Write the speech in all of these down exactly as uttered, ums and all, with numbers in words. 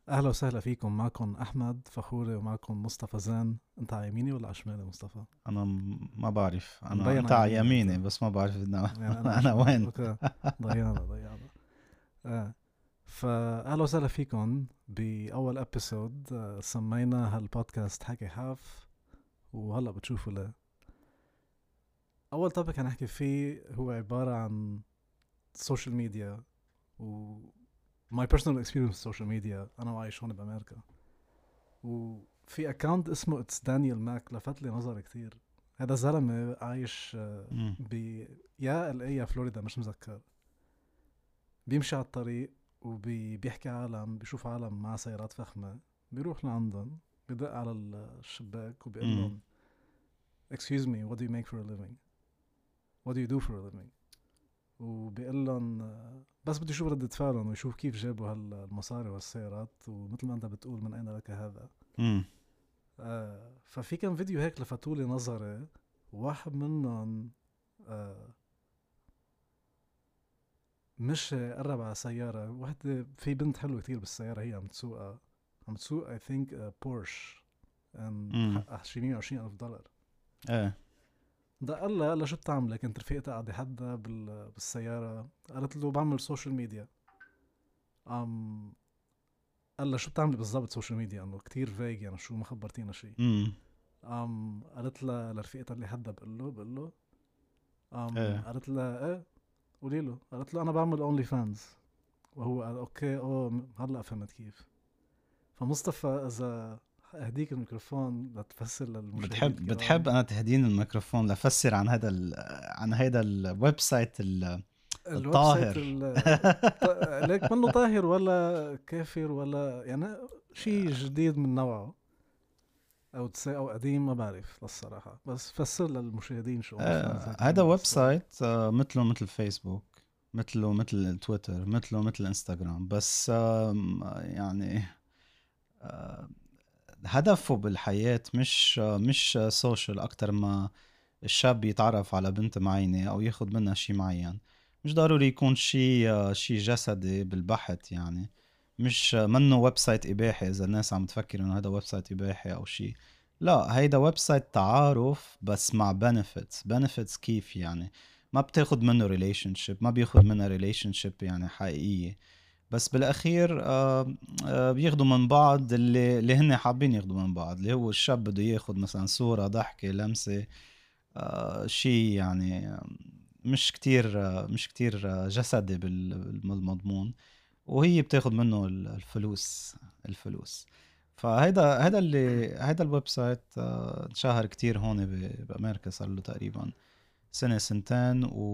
اهلا وسهلا فيكم. معكم احمد فخوري ومعكم مصطفى زين. انت على يميني ولا على شمالي مصطفى؟ انا م- ما بعرف، انا مبين انت على على يميني انت. يميني بس ما بعرف انا. يعني انا على انا شمالي. وين؟ اوكي. ضيعنا ضيعنا. اه فاهلا وسهلا فيكم باول ابيسود. آه، سمينا هالبودكاست حكي حاف، وهلا بتشوفوا ليه. اول توبيك هنحكي فيه هو عباره عن السوشيال ميديا و my personal experience بالسوشيال ميديا. انا وعايش هون بامريكا، وفي اكاونت اسمه اتس دانيال ماك لفت لي نظري كتير. هذا زلمه عايش آه، مم. ب يا ال اي يا فلوريدا مش مذكر. بيمشي على الطريق وبيحكي عالم، بيشوف عالم مع سيارات فخمه، بيروح لعندهم، بدق على الشباك وبيقول مم. لهم excuse me what do you make for a living, what do you do for a living. وبيقول لهم آه، بس بده يشوف ردة فعلهم ويشوف كيف جابوا هالمصاري والسيارات، ومثل ما انت بتقول من اين لك هذا. مم. آه ففي كم فيديو هيك لفتولي نظري. واحد منهم آه مش قرب على سيارة وحدة، في بنت حلوة كتير بالسيارة، هي عم تسوقها، عم تسوق اي ثينك بورش، ان مم. حقها شي مية وعشرين ألف دولار. ايه. ده قال لها قال لها شو بتعملي؟ كنت رفيقتها قاعدة حدا بال- بالسيارة. قالت له بعمل سوشيال ميديا. أم قال لها شو بتعملي بالضبط سوشيال ميديا؟ انه كتير فايق، يعني شو ما خبرتينا شيء. مم. أم قالت لها لرفيقتها اللي حدا بقول له بقول له أم ايه. قالت لها ايه قولي له. قالت له انا بعمل اونلي فانز. وهو قال اوكي اوه هلا فهمت كيف. فمصطفى اذا اهديك الميكروفون لتفسر للمشاهدين بتحب بتحب الكرام. انا تهدين الميكروفون لفسر عن هذا ال... عن هذا الويب سايت ال- الويب سايت الطاهر. ال- ط- ليك منه طاهر ولا كافر ولا يعني شيء جديد من نوعه، او تسا او قديم ما بعرف للصراحه. بس فسر للمشاهدين شو اونلي فانز آه، هيك هذا عنا ويب بالسعوديه. سايت آه، مثله مثل فيسبوك، مثله مثل تويتر، مثله مثل انستغرام، بس آم، يعني آه، هدفه بالحياة مش مش سوشيال أكتر ما الشاب يتعرف على بنت معينة أو ياخد منها شي معين. مش ضروري يكون شي شي جسدي بالبحث يعني. مش منه ويب سايت إباحي إذا الناس عم تفكر إنه هذا ويب سايت إباحي أو شي. لا، هيدا ويب سايت تعارف بس مع benefits. benefits كيف يعني؟ ما بتاخد منه relationship، ما بياخد منها relationship يعني حقيقية. بس بالاخير آه، آه، بياخدوا من بعض اللي اللي هن حابين ياخدوا من بعض، اللي هو الشاب بده ياخد مثلا صورة، ضحكة، لمسة، آه، شيء يعني آه، مش كتير آه، مش كتير آه، جسدي بال- بالمضمون. وهي بتاخد منه ال- الفلوس الفلوس. فهيدا هيدا اللي هيدا الويب سايت آه، انشهر كتير هون ب- بأمريكا، صار له تقريبا سنة سنتين و...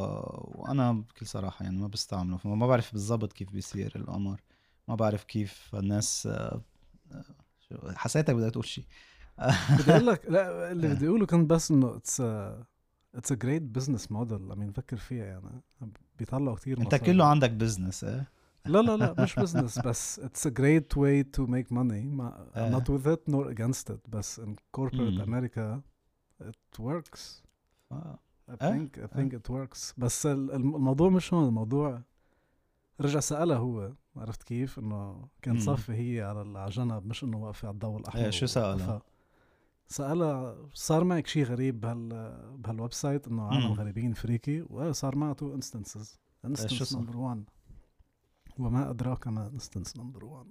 وأنا بكل صراحة يعني ما بستعمله، فما بعرف بالضبط كيف بيصير الأمر. ما بعرف كيف الناس آه، آه، شو حسيتك بدك تقول شيء. بدي اقول لك لا، اللي بدي اقوله كان بس انه اتس اتس ا جريت بزنس موديل. عم نفكر فيها يعني، بيطلعوا كتير انت كله مصاري. عندك بزنس ايه. لا لا لا مش بزنس بس it's a great way to make money. ما, I'm not ايه. with it nor against it. بس in corporate امم. America it works. اه. I ايه. think I ايه. think it works. بس ال- الم- الموضوع مش هون. الموضوع رجع سألها هو، عرفت كيف انه كانت امم. صافي هي على ال- على جنب، مش انه واقفة على الضوء ايه الأحمر شو سأله؟ ووقفها. سألها صار معك شيء غريب بهال بهالويب سايت، انه عالم امم. غريبين فريكي؟ وصار معه تو انستنسز. ايه شو انستنس صار؟ نمبر واحد، وما أدراك ما انستنس نمبر واحد.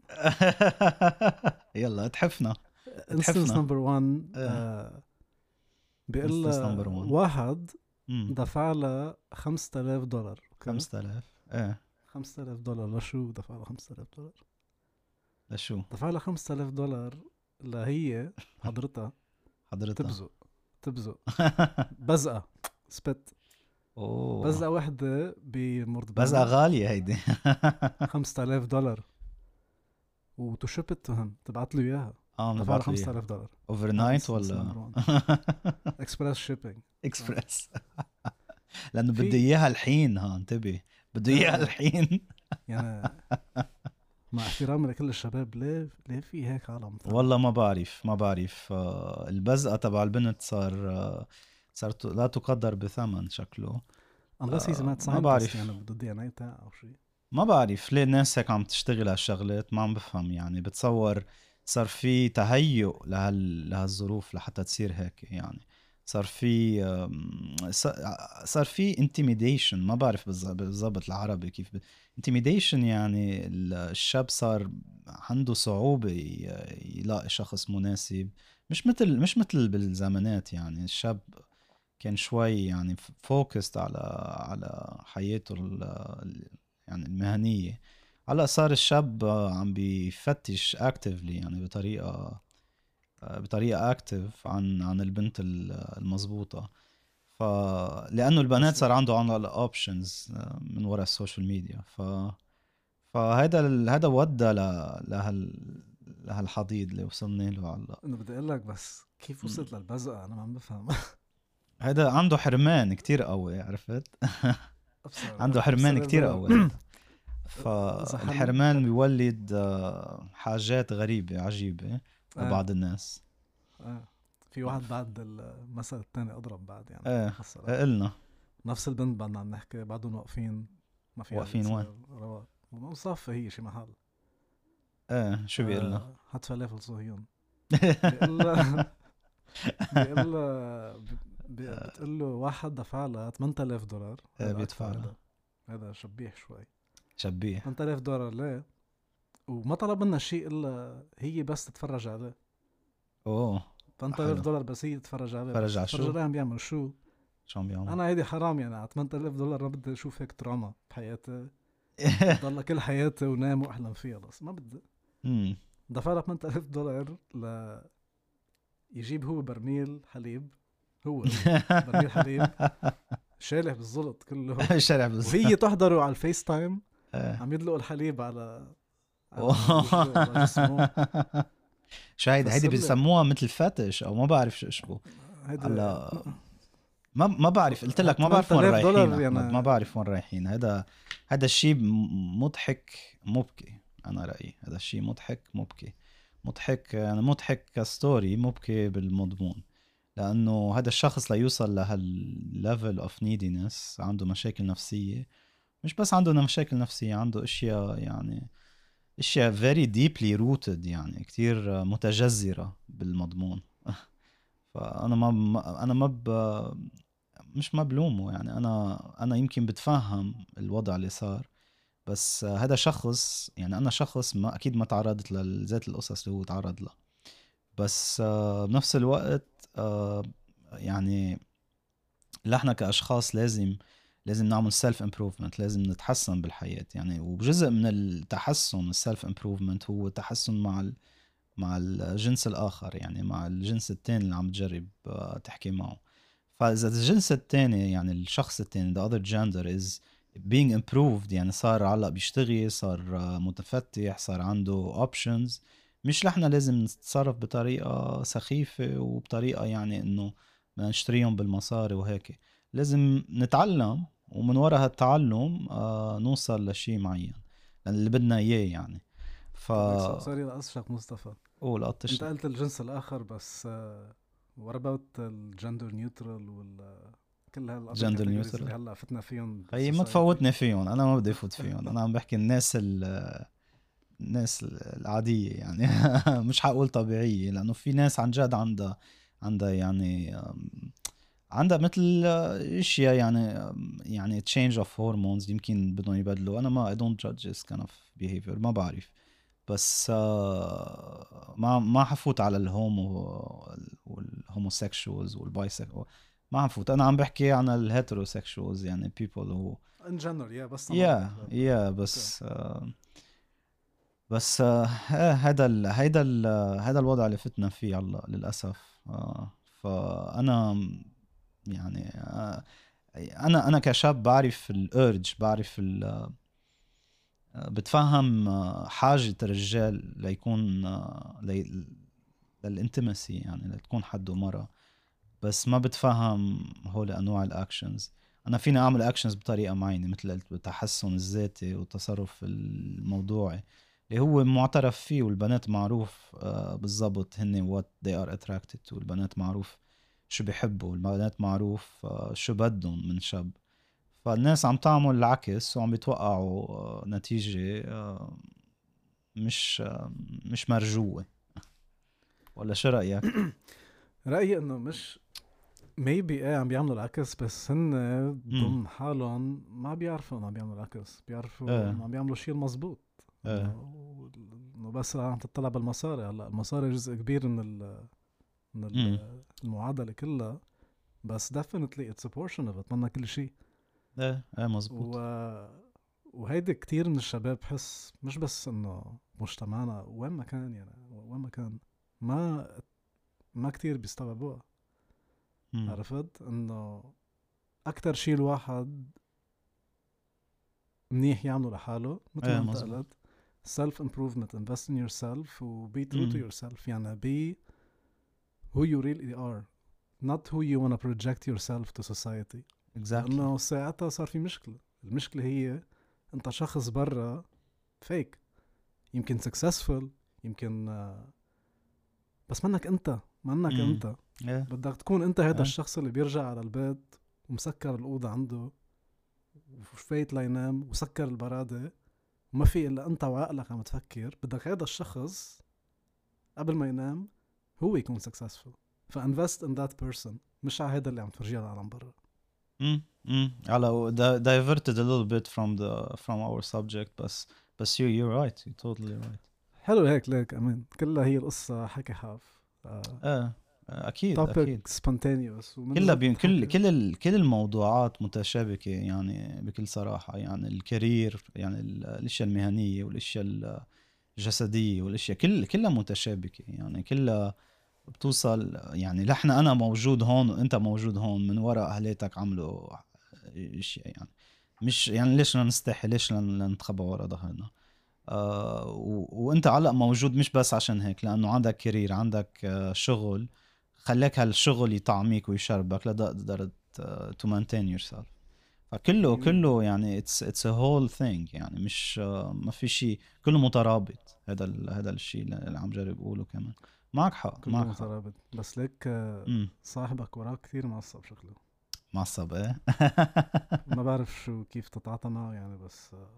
يلا اتحفنا. انستنس اتحفنا. نمبر واحد ايه. آه بيقول انستنس له نمبر واحد. واحد امم. دفع له خمسة آلاف دولار. اوكي، خمسة آلاف. ايه. خمسة آلاف دولار لشو دفع له خمسة آلاف دولار؟ لشو؟ دفع له خمسة آلاف دولار لهي حضرتها حضرتها. تبزق تبزق بزقة سبت. اوه. بزقة واحدة بس بمرضبان غالية هيدي. خمسة آلاف دولار. وتو شيب ات تو هيم، تبعت له اياها. اه دفع له بنبعت له خمسة اياها آلاف دولار. اوفر هاي نايت انستنس ولا؟ نمبر واحد. اكسبرس شيبينج. اكسبرس. لانه بده في اياها الحين، ها انتبه، بده لا اياها لا الحين. يعني مع احترامي لكل الشباب، ليه ليه في هيك عالم ثانية؟ والله ما بعرف ما بعرف آه، البزقة تبع البنت صار آه، صارت لا تقدر بثمن شكله. unless he's a آه، mad ما scientist، يعني بعرف بده دي ان اي تاع او شيء. ما بعرف ليه الناس هيك عم تشتغل هالشغلات، ما عم بفهم يعني. بتصور صار في تهيؤ لهال لهالظروف لحتى تصير هيك يعني. صار في أم، ص- صار في intimidation، ما بعرف بالز- بالضبط العربي كيف ب... intimidation يعني ال- الشاب صار عنده صعوبة ي- يلاقي شخص مناسب. مش مثل مش مثل بالزمانات يعني. الشاب كان شوي يعني فوكست على على حياته ال- ال- يعني المهنية. هلا صار الشاب عم بيفتش اكتفلي يعني بطريقة بطريقة اكتف عن عن البنت ال- المزبوطة. فلأنه البنات بس صار عندهم على اوبشنز من وراء السوشيال ميديا. ف فهذا ال... هذا ودى ل... لهال لهالحضيض اللي وصلنا له هلا. انا بدي اقول لك بس كيف وصلت للبزقة انا ما عم بفهم. هذا عنده حرمان كتير قوي، عرفت؟ ابصر عنده خمسة حرمان آلاف كتير دولار قوي هذا. اذا حل فالحرمان بيولد آه، حاجات غريبة عجيبة آه. لبعض الناس. آه. في واحد بعد المثل الثاني اضرب بعد يعني ايه مثلا قلنا نفس البنت بعدنا عم نحكي بعدهم واقفين ما في عاد واقفين وين؟ يصير رواق وصافة هي شي محل. ايه شو بيقلنا؟ آه. هات فلافل صهيون بيقول لها بيقول لها بتقول له واحد دفع لها ثمانية آلاف دولار. ايه هذا ادفع بيدفع لها هذا هذا شبيح شوي. شبيه. ثمانية آلاف دولار ليه؟ وما طلب منها شيء الا هي بس تتفرج عليه. اوه ثمانية آلاف حلو. دولار بس هي تتفرج عليه. فرج على تتفرج شو؟ عليه عم بيعمل شو. شو عم بيعمل؟ انا هيدي حرام يعني على ثمانية آلاف دولار ما بدي اشوف هيك تراما بحياتي. ضل كل حياتي ونام واحلم فيها بس ما بدي. امم دفع لها ثمانية آلاف دولار ل يجيب هو برميل حليب. هو, هو برميل حليب شالح بالزلط كله. شارع بس. وهي تحضره على الفيس تايم إيه. عم يدلقوا الحليب على على أوه. وجهه على جسمه. شو هيدي هيدي فسر لي بيسموها مثل فتش او ما بعرف شو اشبه. هيدي هلا ما ما بعرف، قلت لك ما بعرف وين ثمانية آلاف رايحين دولار احمد، يعني. ما بعرف وين رايحين. هذا هذا الشيء مضحك مبكي. انا رايي هذا الشيء مضحك مبكي. مضحك يعني مضحك كستوري، مبكي بالمضمون. لانه هذا الشخص ليوصل لهالليفل اوف نيدينس عنده مشاكل نفسيه. مش بس عنده مشاكل نفسيه، عنده اشياء يعني اشياء very deeply rooted يعني كتير متجذره بالمضمون. فانا ما انا ما ب... مش ما بلومه يعني. انا انا يمكن بتفهم الوضع اللي صار، بس هذا شخص يعني انا شخص ما اكيد ما تعرضت لذات القصص اللي هو تعرض لها. بس بنفس الوقت يعني نحن كاشخاص لازم لازم نعمل سيلف امبروفمنت، لازم نتحسن بالحياه يعني. وجزء من التحسن السيلف امبروفمنت هو تحسن مع ال... مع الجنس الاخر يعني، مع الجنس الثاني اللي عم تجرب تحكي معه. فاذا الجنس الثاني يعني الشخص الثاني the other gender is being improved يعني صار علق بيشتغل، صار متفتح، صار عنده options، مش نحن لازم نتصرف بطريقة سخيفة وبطريقة يعني انه بدنا نشتريهم بالمصاري وهيك. لازم نتعلم ومن وراء هالتعلم آه نوصل لشيء معين لان اللي بدنا اياه يعني. ف سوري لأقصشك مصطفى. قول انت قطشتك. قلت الجنس الاخر بس what about الجندر نيوترال وال كل هالأذر جندر كاتيجوريز اللي نيوترال هلا فتنا فيهم هي ما تفوتني فيهم، انا ما بدي افوت فيهم. انا عم بحكي الناس الناس العادية يعني. مش حقول طبيعية لانه في ناس عن جد عندها عندها يعني عندها مثل اشياء يعني يعني change of hormones يمكن بدهم يبدلوا. انا ما I don't judge this kind of behavior، ما بعرف. بس ما ما حفوت على الهومو والهوموسيكشوالز والبايسكشوال، ما عم فوت. انا عم بحكي عن الهيتروسيكشوالز يعني people who ان جنرال يا بس يا يا بس آه بس آه هذا ال هيدا ال هذا الوضع اللي فتنا فيه هلا للاسف. آه فانا يعني آه انا انا كشاب بعرف الارج، بعرف ال بتفهم حاجة الرجال ليكون للانتمسي يعني لتكون حد ومرة، بس ما بتفهم هول انواع الاكشنز. انا فيني اعمل اكشنز بطريقة معينة مثل التحسن الذاتي والتصرف الموضوعي اللي هو معترف فيه، والبنات معروف بالضبط هن what they are attracted to. البنات معروف شو بيحبوا، البنات معروف شو بدهم من شاب. فالناس عم تعمل العكس وعم بيتوقعوا آه، نتيجة آه، مش آه، مش مرجوة. ولا شو رأيك؟ رأيي انه مش maybe ايه عم بيعملوا العكس، بس هن امم ضمن حالهم ما بيعرفوا انه عم بيعملوا العكس، بيعرفوا ايه انه عم بيعملوا شيء المزبوط. ايه انه انه بس عم تطلع بالمصاري. هلا المصاري جزء كبير من ال من امم ال المعادلة كلها، بس definitely it's a portion of it، منا كل شيء. ايه ايه مزبوط. و وهيدي كتير من الشباب حس مش بس انه مجتمعنا وين ما كان، يعني وين ما كان ما ما كتير بيستوعبوها. امم عرفت انه اكتر شيء الواحد منيح يعمله لحاله مثل ما ايه انت مزبوط. قلت self improvement، invest in yourself و be true to امم yourself. يعني be who you really are, not who you wanna project yourself to society. exactly. لانه ساعتها صار في مشكلة. المشكلة هي انت شخص برا فيك، يمكن successful، يمكن آه، بس منك انت، منك امم انت. ايه بدك تكون انت هذا ايه الشخص اللي بيرجع على البيت ومسكر الأوضة عنده وفايت لينام وسكر البرادة وما في إلا أنت وعقلك عم تفكر. بدك هذا الشخص قبل ما ينام هو يكون successful. فinvest in that person، مش على هذا اللي عم تفرجيه على العالم برا. امم امم على di- diverted a little bit from the from our subject بس بس you you're right, you're totally right. حلو هيك ليك أمين، كلها هي القصة حكي حاف. ايه اكيد topic اكيد. spontaneous ومن كلها جد بين كل حكي. كل ال... كل الموضوعات متشابكة يعني بكل صراحة. يعني الكارير، يعني ال- الاشياء المهنية والاشياء الجسدية والاشياء كل كلها متشابكة. يعني كلها بتوصل، يعني نحن انا موجود هون وانت موجود هون من وراء اهليتك عملوا اشياء. يعني مش يعني ليش بدنا نستحي، ليش بدنا نتخبى ورا ظهرنا. آه و... وانت علق موجود مش بس عشان هيك، لانه عندك كارير، عندك آه شغل خلاك هالشغل يطعميك ويشربك لتقدر to maintain yourself. فكله مم. كله يعني it's it's a whole thing. يعني مش آه، ما في شيء، كله مترابط. هذا ال... هذا الشيء اللي عم جرب اقوله كمان. معك حق كله معك حق. مترابط. بس ليك آه، امم صاحبك وراك كتير معصب شكله. معصب ايه. ما بعرف شو كيف تتعاطى معه يعني، بس آه،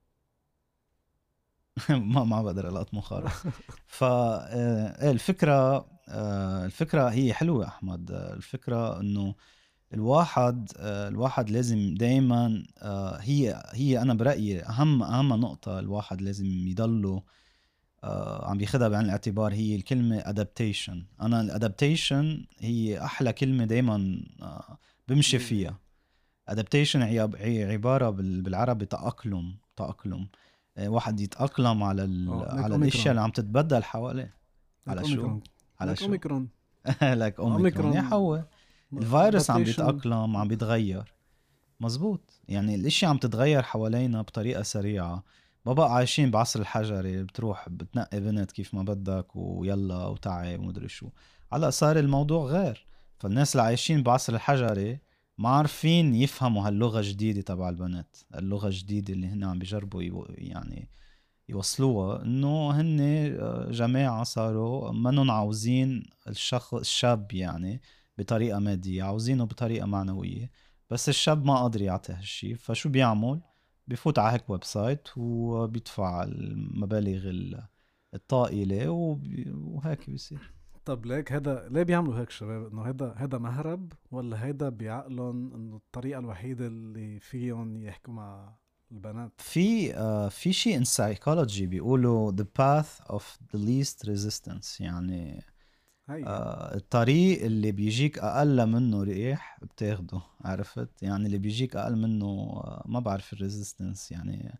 ما ما بقدر القطمه خالص. ف آه، ايه الفكره آه، الفكره هي حلوه احمد. آه، الفكره انه الواحد آه، الواحد لازم دايما آه، هي هي انا برايي اهم اهم نقطه الواحد لازم يضله آه، عم بياخدها بعين الاعتبار هي الكلمه adaptation. انا الادابتيشن هي احلى كلمه دايما آه، بمشي مية بالمية. فيها. adaptation هي هي عباره بال- بالعربي تاقلم. تاقلم آه، واحد يتاقلم على ال... اه لك على الاشياء اوميكرون. اللي عم تتبدل حواليه. على لك شو؟ اوميكرون. على لك شو؟ اوميكرون. لك اوميكرون يا اوميكرون حوا. الفيروس عم ادابتيشن. بيتأقلم، عم بيتغير. مزبوط. يعني الاشياء عم تتغير حوالينا بطريقة سريعة. ما بقى عايشين بعصر الحجري بتروح بتنقي بنت كيف ما بدك ويلا وتعي ومدري شو. هلا صار الموضوع غير. فالناس اللي عايشين بعصر الحجري ما عارفين يفهموا هاللغة الجديدة تبع البنات. اللغة الجديدة اللي هن عم بيجربوا يو يعني يوصلوها انه هن آه، جماعة صاروا منن عاوزين الشخص الشاب يعني بطريقة مادية، عاوزينه بطريقة معنوية. بس الشاب ما قادر يعطي هالشي، فشو بيعمل؟ بفوت على هيك ويب سايت وبيدفع المبالغ ال- الطائلة وبي- وهيك بيصير. طب ليك هذا ليه بيعملوا هيك شباب؟ انه هذا هذا مهرب، ولا هذا بعقلهم انه الطريقة الوحيدة اللي فيهم يحكوا مع البنات؟ في آه في شيء in psychology بيقولوا the path of the least resistance. يعني هي آه، الطريق اللي بيجيك اقل منه ريح بتاخده. عرفت؟ يعني اللي بيجيك اقل منه آه، ما بعرف الريزيستنس يعني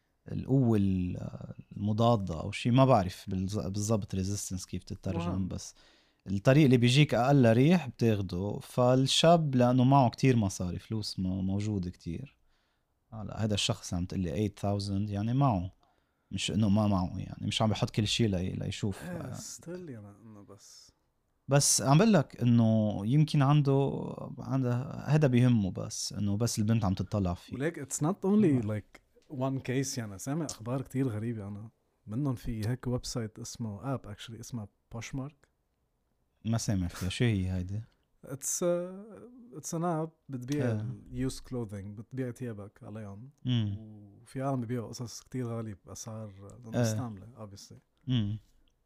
القوة ال- آه، المضادة او شيء. ما بعرف بالز- بالضبط ريزيستنس كيف تترجم. مهم. بس الطريق اللي بيجيك اقل ريح بتاخده. فالشاب لانه معه كتير مصاري، فلوس مو- موجودة كتير. هلا هذا الشخص عم تقلي ثمانية آلاف يعني معه، مش انه ما معه. يعني مش عم بحط كل شيء لي ليشوف. ايه ستيل يعني انه بس بس عم بقول لك انه يمكن عنده عنده هذا بيهمه، بس انه بس البنت عم تطلع فيه. وليك it's not ما only بعرف. like one case. يعني سامع اخبار كتير غريبة انا منهم. في هيك ويب سايت اسمه اب actually اسمه بوشمارك. ما سامع فيها. شو هي هيدي؟ اتس اتس ان اب بتبيع إيه. يوز كلوذينج، بتبيع ثيابك عليهم، امم وفي عالم بيبيعوا قصص كتير غالية بأسعار إيه. مستعملة obviously. امم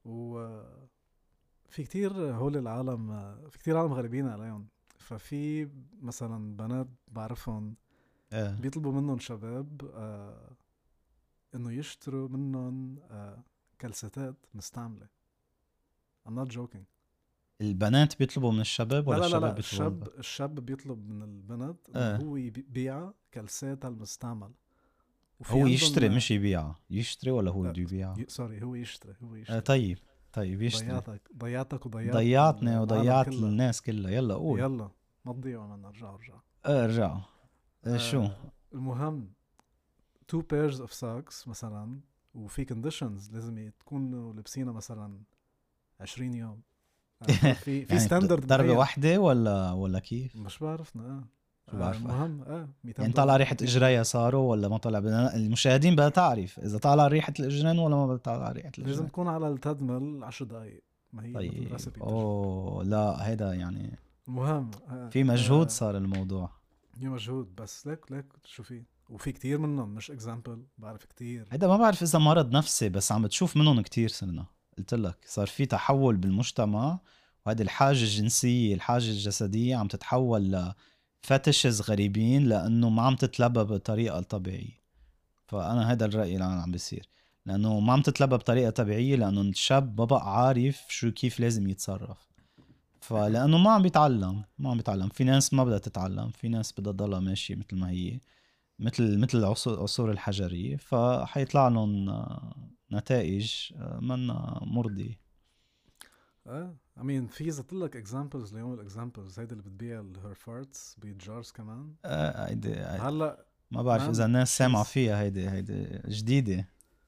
وفي كتير هول العالم، في كتير عالم غريبين عليهم. ففي مثلا بنات بعرفهم ايه بيطلبوا منهم شباب آه انه يشتروا منهم آه كالستات مستعملة. I'm not joking. البنات بيطلبوا من الشباب لا ولا لا لا الشباب لا بيطلبوا من الشاب البنات؟ الشاب بيطلب من البنت انه ايه هو يبيع كالسات المستعمل. وفي هو عندهم يشتري مش يبيع، يشتري ولا هو لا بده يبيع؟ ي... سوري هو يشتري هو آه يشتري طيب طيب يشتري. ضيعتك ضيعتك وضيعت ضيعتني العالم وضيعت كلها. الناس كلها، يلا قول. يلا ما تضيعوا منا، ارجعوا ارجعوا. اه ارجعوا. آه شو؟ آه المهم two pairs of socks مثلا، وفي conditions لازم تكونوا لابسينها مثلا عشرين يوم. عرفت؟ في في يعني ستاندرد ضربة معين. واحدة ولا ولا كيف؟ مش بعرفنا اه شو آه، بعرفك؟ المهم اه مئتين يعني طالع دولار ريحة مئتين اجريها دولار صاروا ولا ما طالع؟ بدنا المشاهدين بدها تعرف اذا طالع ريحة الاجرين ولا ما طالع ريحة لازم الاجرين. تكون على التدمل عشر دقايق، ما هي مثل طيب ريسبي بتجي. اوه لا هيدا يعني المهم آه في مجهود آه صار الموضوع. في مجهود، بس ليك ليك شو في. وفي كتير منهم، مش اكزامبل، بعرف كتير. هيدا ما بعرف اذا مرض نفسي، بس عم بتشوف منهم كتير صرنا. قلت لك صار في تحول بالمجتمع، وهذه الحاجة الجنسية الحاجة الجسدية عم تتحول لفتشز غريبين لأنه ما عم تتلبى بطريقة طبيعية. فأنا هذا الرأي اللي عم بيصير، لأنه ما عم تتلبى بطريقة طبيعية، لأنه الشاب ما بقى عارف شو كيف لازم يتصرف. فلأنه ما عم بيتعلم ما عم بيتعلم في ناس ما بدها تتعلم، في ناس بدها تضلها ماشية مثل ما هي، مثل مثل العصور العصور الحجرية، فحيطلع لهم نتائج منا مرضية. اه I mean في زت لك اكزامبلز اليوم، الاكزامبلز هيدا اللي بتبيع الهير فارتس بجارز كمان. آه، هيدي هلا ما بعرف إذا مان الناس سامعة شيز فيها، هيدي هيدي جديدة.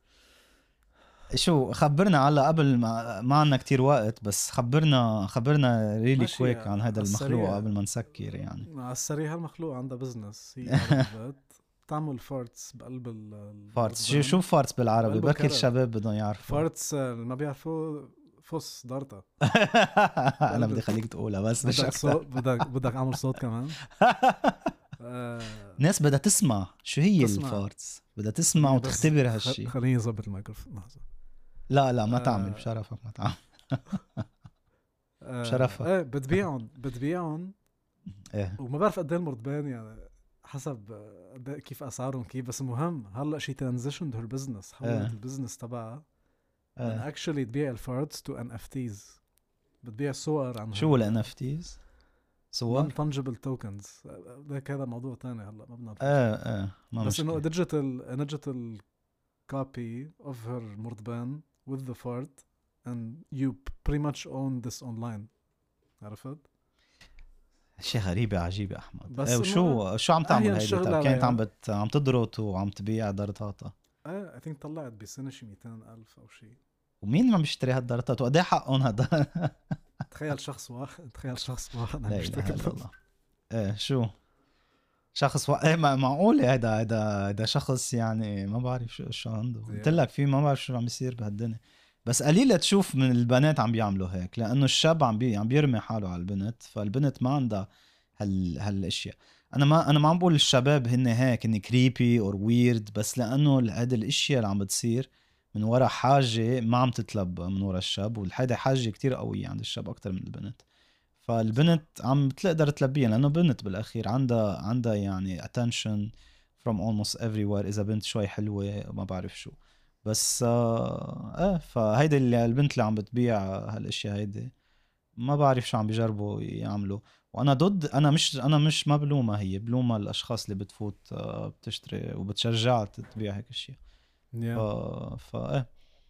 شو خبرنا هلا قبل ما ما عنا كتير وقت، بس خبرنا خبرنا ريلي ماشي كويك عن هذا على المخلوق السريع. قبل ما نسكر يعني. على السريع هالمخلوق عندها بزنس، هي قاعدة بالبيت بتعمل فارتس بقلب ال- فارتس شو شو المردان، فارتس بالعربي؟ بقلب بركي الكرب. الشباب بدهم يعرفوا. فارتس آه، اللي ما بيعرفوا فص دارتا انا بدي بقلب. خليك تقولها بس مش بدك اكتر. صوت، بدك بدك اعمل صوت كمان. آه الناس بدها تسمع شو هي تسمع. الفارتس، بدها تسمع خليني بس وتختبر خ... هالشي. خليني اظبط الميكروفون لحظة. لا لا ما تعمل، آه بشرفك ما تعمل. آه بشرفك. ايه بتبيعهم بتبيعهم ايه وما بعرف قد ايه المردبان يعني، حسب قد إيه كيف اسعارهم كيف. بس المهم هلا شي ترانزيشند هير بزنس، حولت ايه البزنس تبعها من ايه اكشلي تبيع الفاردز تو ان اف تيز. بتبيع صور عن شو ال ان اف تيز؟ نون صور؟ فانجبل توكنز. ذاك هذا موضوع تاني هلا ما بدنا ندخل ايه فيه. ايه ما بس انه مشكلة. ديجيتال ديجيتال كوبي اوف هير مردبان with the fart and you pretty much own this online. عرفت؟ شيء غريبة عجيبة احمد. بس ايه انه وشو شو عم تعمل اهين هيدي؟ الشغل طيب كانت عم عليها. بت عم تضرط وعم تبيع درطاطة؟ ايه I think طلعت بسنة شي مئتين ألف او شي. ومين عم يشتري هالدرطات وقد ايه حقهم هذا؟ تخيل شخص واحد تخيل شخص واحد عم لا يشتري اله الا كل الله. ايه شو شخص و... ايه ما- معقولة هيدا هيدا هيدا شخص يعني ما بعرف شو شو عنده. قلت لك في ما بعرف شو عم يصير بهالدنيا. بس قليلة تشوف من البنات عم بيعملوا هيك، لانه الشاب عم بي عم بيرمي حاله على البنت، فالبنت ما عندها هال هالاشياء. انا ما انا ما عم بقول الشباب هن هيك هن كريبي اور ويرد، بس لانه هذه الاشياء اللي عم بتصير من وراء حاجة ما عم تتلبى من وراء الشاب، وهيدا حاجة كتير قوية عند الشاب اكتر من البنت. فالبنت عم بتقدر تلبيها لانه بنت بالاخير عندها عندها يعني attention from almost everywhere. اذا بنت شوي حلوه ما بعرف شو، بس آه, اه فهيدي اللي البنت اللي عم بتبيع هالاشياء هيدي ما بعرف شو عم بيجربوا يعملوا. وانا ضد، انا مش انا مش ما بلومها، هي بلومها الاشخاص اللي بتفوت آه بتشتري وبتشجعها تبيع هيك اشياء. ف yeah. ف ايه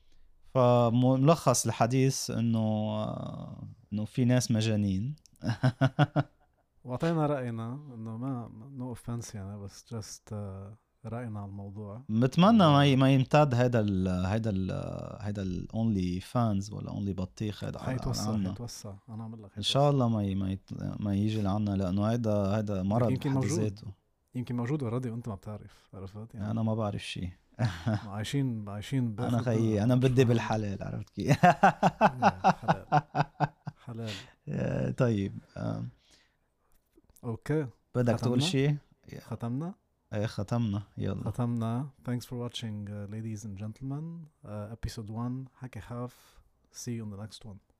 فملخص الحديث انه آه انه في ناس مجانين. وعطينا رأينا انه ما نو اوفنس يعني، بس جاست رأينا على الموضوع. بتمنى و... ما ي- ما يمتد هيدا ال هيدا ال هيدا الاونلي فانز ولا اونلي بطيخ هيدا على حيتوسع عنا. حيتوسع انا عم لك ان شاء حيتوسع. الله ما ي ما, يت ما يجي لعنا، لانه هيدا هيدا مرض يمكن بحد موجود ذاته. يمكن موجود اوريدي وانت ما بتعرف. عرفت يعني انا ما بعرف شيء. عايشين عايشين انا باخر خيي انا بدي بالحلال، عرفت كيف؟ حلال حلال. آه، طيب آه، اوكي بدك تقول ختمنا؟ شيء؟ ختمنا ايه ختمنا، يلا. ختمنا. Thanks for watching uh, ladies and gentlemen. uh, episode one حكي حاف. See you in the next one.